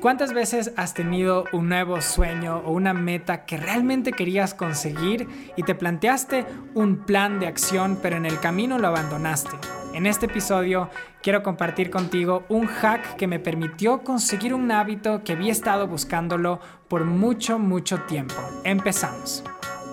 ¿Cuántas veces has tenido un nuevo sueño o una meta que realmente querías conseguir y te planteaste un plan de acción, pero en el camino lo abandonaste? En este episodio quiero compartir contigo un hack que me permitió conseguir un hábito que había estado buscándolo por mucho tiempo. Empezamos.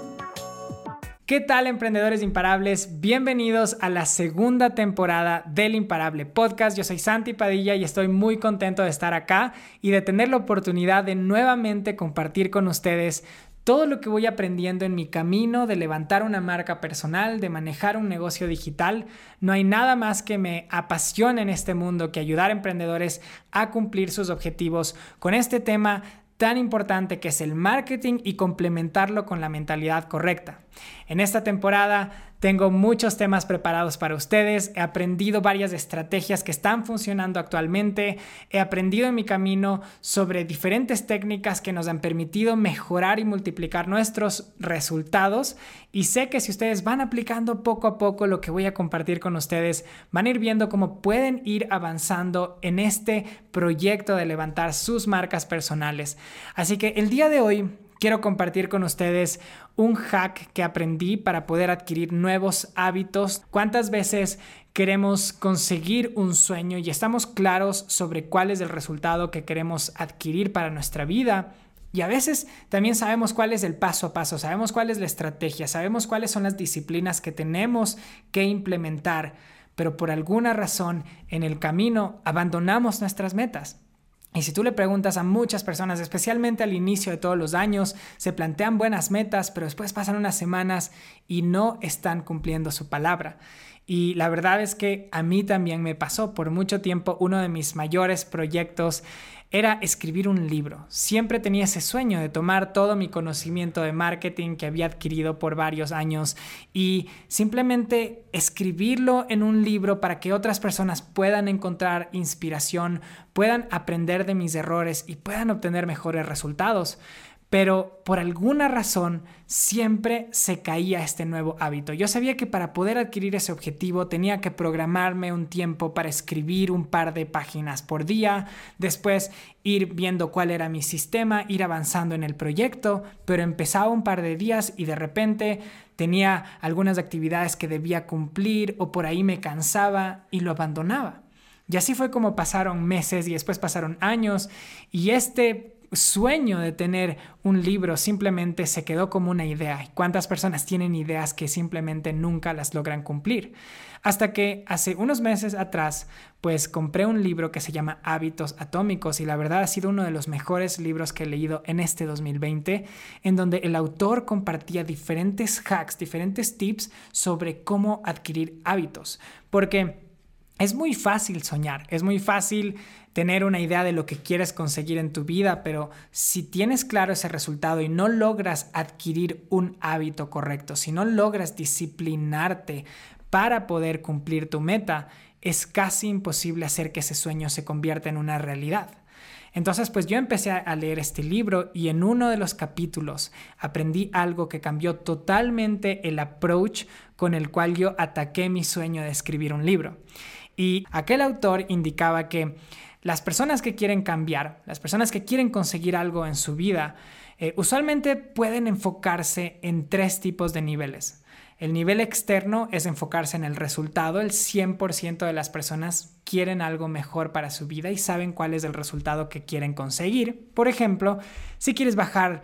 ¿Qué tal, emprendedores imparables? Bienvenidos a la segunda temporada del Imparable Podcast. Yo soy Santi Padilla y estoy muy contento de estar acá y de tener la oportunidad de nuevamente compartir con ustedes todo lo que voy aprendiendo en mi camino de levantar una marca personal, de manejar un negocio digital. No hay nada más que me apasione en este mundo que ayudar a emprendedores a cumplir sus objetivos con este tema tan importante que es el marketing y complementarlo con la mentalidad correcta. En esta temporada tengo muchos temas preparados para ustedes. He aprendido varias estrategias que están funcionando actualmente. He aprendido en mi camino sobre diferentes técnicas que nos han permitido mejorar y multiplicar nuestros resultados. Y sé que si ustedes van aplicando poco a poco lo que voy a compartir con ustedes, van a ir viendo cómo pueden ir avanzando en este proyecto de levantar sus marcas personales. Así que el día de hoy quiero compartir con ustedes un hack que aprendí para poder adquirir nuevos hábitos. ¿Cuántas veces queremos conseguir un sueño y estamos claros sobre cuál es el resultado que queremos adquirir para nuestra vida? Y a veces también sabemos cuál es el paso a paso, sabemos cuál es la estrategia, sabemos cuáles son las disciplinas que tenemos que implementar, pero por alguna razón en el camino abandonamos nuestras metas. Y si tú le preguntas a muchas personas, especialmente al inicio de todos los años, se plantean buenas metas, pero después pasan unas semanas y no están cumpliendo su palabra. Y la verdad es que a mí también me pasó. Por mucho tiempo, uno de mis mayores proyectos era escribir un libro. Siempre tenía ese sueño de tomar todo mi conocimiento de marketing que había adquirido por varios años y simplemente escribirlo en un libro para que otras personas puedan encontrar inspiración, puedan aprender de mis errores y puedan obtener mejores resultados. Pero por alguna razón siempre se caía este nuevo hábito. Yo sabía que para poder adquirir ese objetivo tenía que programarme un tiempo para escribir un par de páginas por día, después ir viendo cuál era mi sistema, ir avanzando en el proyecto, pero empezaba un par de días y de repente tenía algunas actividades que debía cumplir o por ahí me cansaba y lo abandonaba. Y así fue como pasaron meses y después pasaron años y este sueño de tener un libro simplemente se quedó como una idea. ¿Y cuántas personas tienen ideas que simplemente nunca las logran cumplir? Hasta que hace unos meses atrás, pues compré un libro que se llama Hábitos Atómicos y la verdad ha sido uno de los mejores libros que he leído en este 2020, en donde el autor compartía diferentes hacks, diferentes tips sobre cómo adquirir hábitos. Porque es muy fácil soñar, es muy fácil tener una idea de lo que quieres conseguir en tu vida, pero si tienes claro ese resultado y no logras adquirir un hábito correcto, si no logras disciplinarte para poder cumplir tu meta, es casi imposible hacer que ese sueño se convierta en una realidad. Entonces, pues yo empecé a leer este libro y en uno de los capítulos aprendí algo que cambió totalmente el approach con el cual yo ataqué mi sueño de escribir un libro. Y aquel autor indicaba que las personas que quieren cambiar, las personas que quieren conseguir algo en su vida, usualmente pueden enfocarse en tres tipos de niveles. El nivel externo es enfocarse en el resultado. El 100% de las personas quieren algo mejor para su vida y saben cuál es el resultado que quieren conseguir. Por ejemplo, si quieres bajar,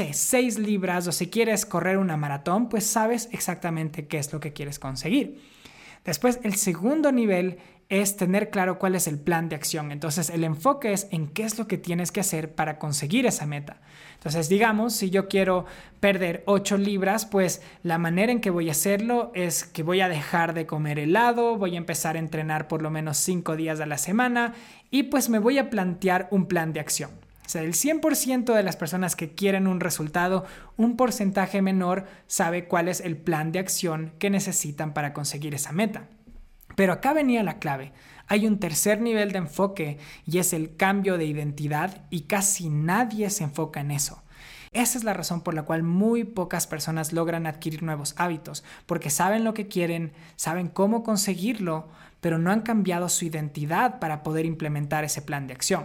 6 libras o si quieres correr una maratón, pues sabes exactamente qué es lo que quieres conseguir. Después, el segundo nivel es tener claro cuál es el plan de acción. Entonces, el enfoque es en qué es lo que tienes que hacer para conseguir esa meta. Entonces, digamos, si yo quiero perder 8 libras, pues la manera en que voy a hacerlo es que voy a dejar de comer helado, voy a empezar a entrenar por lo menos 5 días a la semana y pues me voy a plantear un plan de acción. O sea, el 100% de las personas que quieren un resultado, un porcentaje menor sabe cuál es el plan de acción que necesitan para conseguir esa meta. Pero acá venía la clave. Hay un tercer nivel de enfoque y es el cambio de identidad y casi nadie se enfoca en eso. Esa es la razón por la cual muy pocas personas logran adquirir nuevos hábitos, porque saben lo que quieren, saben cómo conseguirlo, pero no han cambiado su identidad para poder implementar ese plan de acción.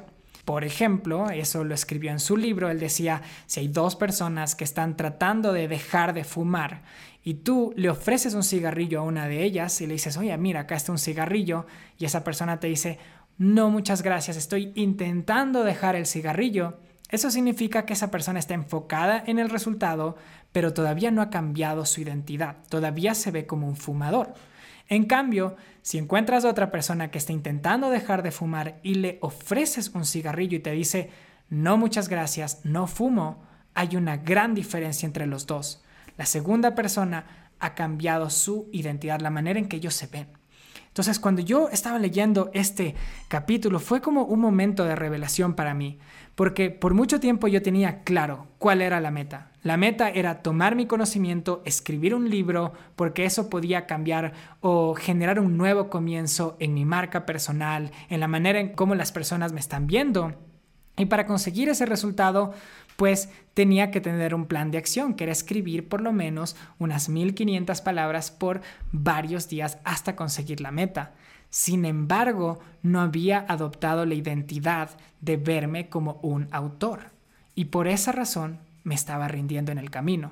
Por ejemplo, eso lo escribió en su libro. Él decía, si hay dos personas que están tratando de dejar de fumar y tú le ofreces un cigarrillo a una de ellas y le dices, oye, mira, acá está un cigarrillo, y esa persona te dice, no, muchas gracias, estoy intentando dejar el cigarrillo. Eso significa que esa persona está enfocada en el resultado, pero todavía no ha cambiado su identidad, todavía se ve como un fumador. En cambio, si encuentras a otra persona que está intentando dejar de fumar y le ofreces un cigarrillo y te dice, no, muchas gracias, no fumo, hay una gran diferencia entre los dos. La segunda persona ha cambiado su identidad, la manera en que ellos se ven. Entonces, cuando yo estaba leyendo este capítulo, fue como un momento de revelación para mí, porque por mucho tiempo yo tenía claro cuál era la meta. La meta era tomar mi conocimiento, escribir un libro, porque eso podía cambiar o generar un nuevo comienzo en mi marca personal, en la manera en cómo las personas me están viendo. Y para conseguir ese resultado, pues tenía que tener un plan de acción, que era escribir por lo menos unas 1500 palabras por varios días hasta conseguir la meta. Sin embargo, no había adoptado la identidad de verme como un autor. Y por esa razón me estaba rindiendo en el camino.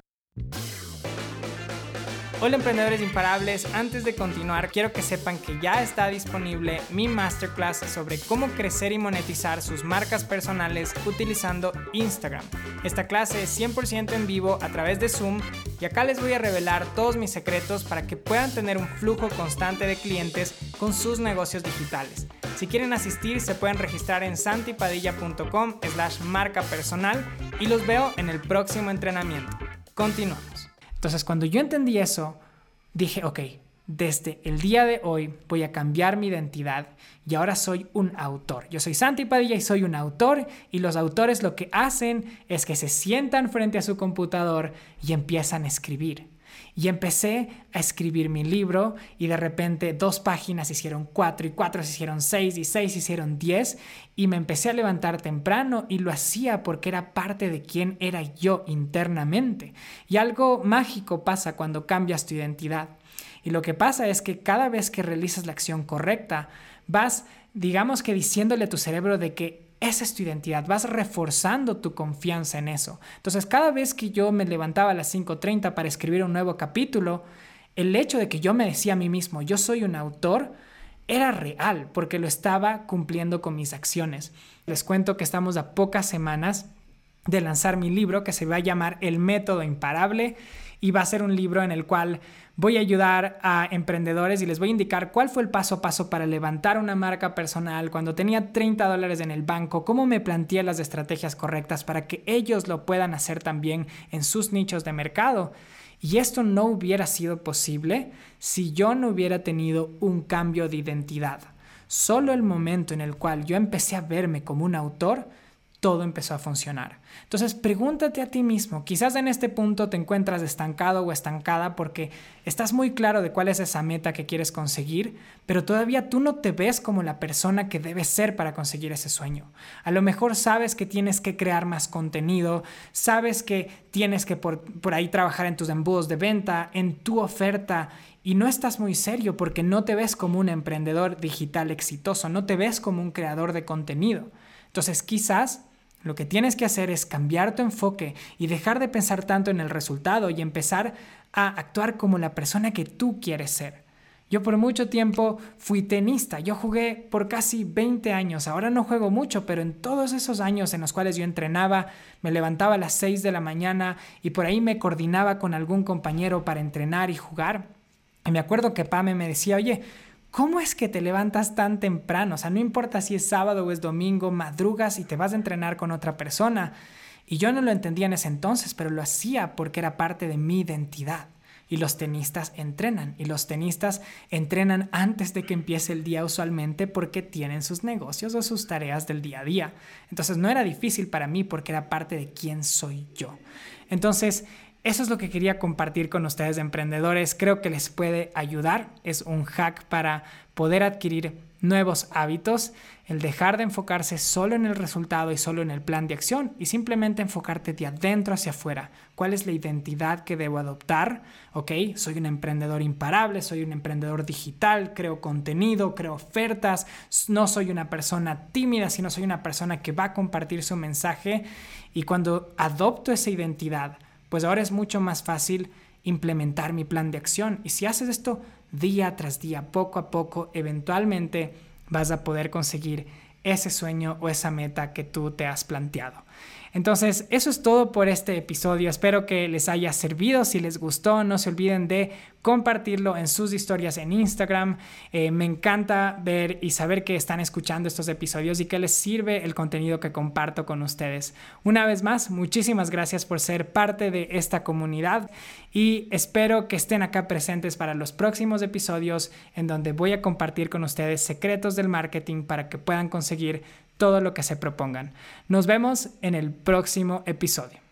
Hola emprendedores imparables, antes de continuar quiero que sepan que ya está disponible mi masterclass sobre cómo crecer y monetizar sus marcas personales utilizando Instagram. Esta clase es 100% en vivo a través de Zoom y acá les voy a revelar todos mis secretos para que puedan tener un flujo constante de clientes con sus negocios digitales. Si quieren asistir se pueden registrar en santipadilla.com/marcapersonal y los veo en el próximo entrenamiento. Continuamos. Entonces, cuando yo entendí eso, dije, ok, desde el día de hoy voy a cambiar mi identidad y ahora soy un autor. Yo soy Santi Padilla y soy un autor, y los autores lo que hacen es que se sientan frente a su computador y empiezan a escribir. Y empecé a escribir mi libro y de repente 2 páginas se hicieron 4 y 4 se hicieron 6 y 6 se hicieron 10 y me empecé a levantar temprano y lo hacía porque era parte de quién era yo internamente. Y algo mágico pasa cuando cambias tu identidad. Y lo que pasa es que cada vez que realizas la acción correcta, vas, digamos que diciéndole a tu cerebro de que esa es tu identidad, vas reforzando tu confianza en eso. Entonces, cada vez que yo me levantaba a las 5:30 para escribir un nuevo capítulo, el hecho de que yo me decía a mí mismo, yo soy un autor, era real, porque lo estaba cumpliendo con mis acciones. Les cuento que estamos a pocas semanas de lanzar mi libro, que se va a llamar El Método Imparable, y va a ser un libro en el cual voy a ayudar a emprendedores y les voy a indicar cuál fue el paso a paso para levantar una marca personal cuando tenía $30 en el banco, cómo me planteé las estrategias correctas para que ellos lo puedan hacer también en sus nichos de mercado. Y esto no hubiera sido posible si yo no hubiera tenido un cambio de identidad. Solo el momento en el cual yo empecé a verme como un autor, todo empezó a funcionar. Entonces pregúntate a ti mismo, quizás en este punto te encuentras estancado o estancada porque estás muy claro de cuál es esa meta que quieres conseguir, pero todavía tú no te ves como la persona que debes ser para conseguir ese sueño. A lo mejor sabes que tienes que crear más contenido, sabes que tienes que por ahí trabajar en tus embudos de venta, en tu oferta, y no estás muy serio porque no te ves como un emprendedor digital exitoso, no te ves como un creador de contenido. Entonces quizás lo que tienes que hacer es cambiar tu enfoque y dejar de pensar tanto en el resultado y empezar a actuar como la persona que tú quieres ser. Yo por mucho tiempo fui tenista, yo jugué por casi 20 años, ahora no juego mucho, pero en todos esos años en los cuales yo entrenaba, me levantaba a las 6 de la mañana y por ahí me coordinaba con algún compañero para entrenar y jugar. Y me acuerdo que Pame me decía, oye, ¿cómo es que te levantas tan temprano? O sea, no importa si es sábado o es domingo, madrugas y te vas a entrenar con otra persona. Y yo no lo entendía en ese entonces, pero lo hacía porque era parte de mi identidad. Y los tenistas entrenan. Y los tenistas entrenan antes de que empiece el día usualmente porque tienen sus negocios o sus tareas del día a día. Entonces no era difícil para mí porque era parte de quién soy yo. Entonces Eso es lo que quería compartir con ustedes, emprendedores. Creo que les puede ayudar. Es un hack para poder adquirir nuevos hábitos, el dejar de enfocarse solo en el resultado y solo en el plan de acción y simplemente enfocarte de adentro hacia afuera. ¿Cuál es la identidad que debo adoptar? Ok, soy un emprendedor imparable, soy un emprendedor digital, creo contenido, creo ofertas, no soy una persona tímida, sino soy una persona que va a compartir su mensaje, y cuando adopto esa identidad, pues ahora es mucho más fácil implementar mi plan de acción. Y si haces esto día tras día, poco a poco, eventualmente vas a poder conseguir ese sueño o esa meta que tú te has planteado. Entonces, eso es todo por este episodio. Espero que les haya servido. Si les gustó, no se olviden de compartirlo en sus historias en Instagram. Me encanta ver y saber que están escuchando estos episodios y que les sirve el contenido que comparto con ustedes. Una vez más, muchísimas gracias por ser parte de esta comunidad y espero que estén acá presentes para los próximos episodios en donde voy a compartir con ustedes secretos del marketing para que puedan conseguir todo lo que se propongan. Nos vemos en el próximo episodio.